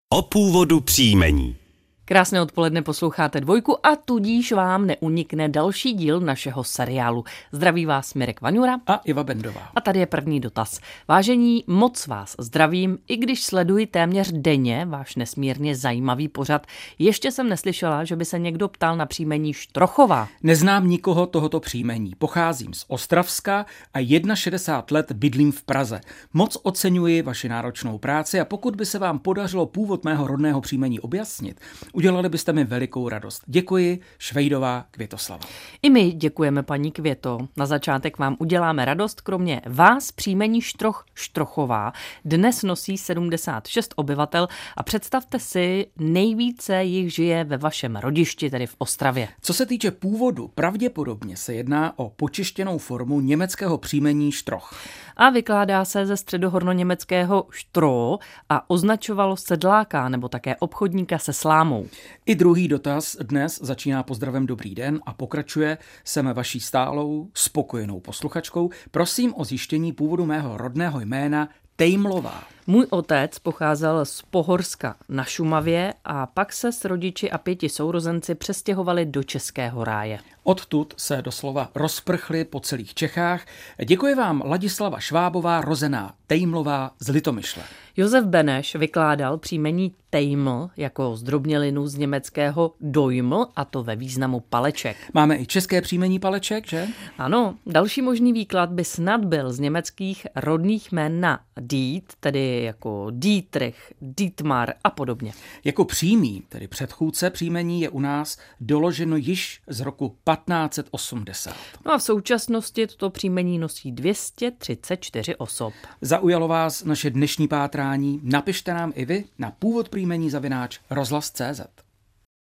O původu příjmení. Krásné odpoledne, posloucháte Dvojku a tudíž vám neunikne další díl našeho seriálu. Zdraví vás Mirek Vaňura a Iva Bendová. A tady je první dotaz. Vážení, moc vás zdravím, i když sleduji téměř denně váš nesmírně zajímavý pořad. Ještě jsem neslyšela, že by se někdo ptal na příjmení Štrochová. Neznám nikoho tohoto příjmení. Pocházím z Ostravska a 61 let bydlím v Praze. Moc oceňuji vaši náročnou práci a pokud by se vám podařilo původ mého rodného příjmení objasnit, udělali byste mi velikou radost. Děkuji, Švejdová Květoslava. I my děkujeme, paní Květo. Na začátek vám uděláme radost. Kromě vás příjmení Štrochová dnes nosí 76 obyvatel a představte si, nejvíce jich žije ve vašem rodišti, tedy v Ostravě. Co se týče původu, pravděpodobně se jedná o počeštěnou formu německého příjmení Štroch. A vykládá se ze středohornoněmeckého Štro a označovalo sedláka nebo také obchodníka se slámou. I druhý dotaz dnes začíná pozdravem dobrý den a pokračuje: jsem vaší stálou, spokojenou posluchačkou. Prosím o zjištění původu mého rodného jména Tejmlová. Můj otec pocházel z Pohorska na Šumavě a pak se s rodiči a 5 sourozenci přestěhovali do Českého ráje. Odtud se doslova rozprchli po celých Čechách. Děkuji vám Ladislava Švábová, rozená Tejmlová z Litomyšle. Josef Beneš vykládal příjmení Tejml jako zdrobnělinu z německého Dojml, a to ve významu paleček. Máme i české příjmení paleček, že? Ano, další možný výklad by snad byl z německých rodných jmen na Diet, tedy jako Dietrich, Dietmar a podobně. Jako přímý, tedy předchůdce příjmení, je u nás doloženo již z roku 1580. No a v současnosti toto příjmení nosí 234 osob. Zaujalo vás naše dnešní pátrání? Napište nám i vy na původprýjmení @rozhlas.cz.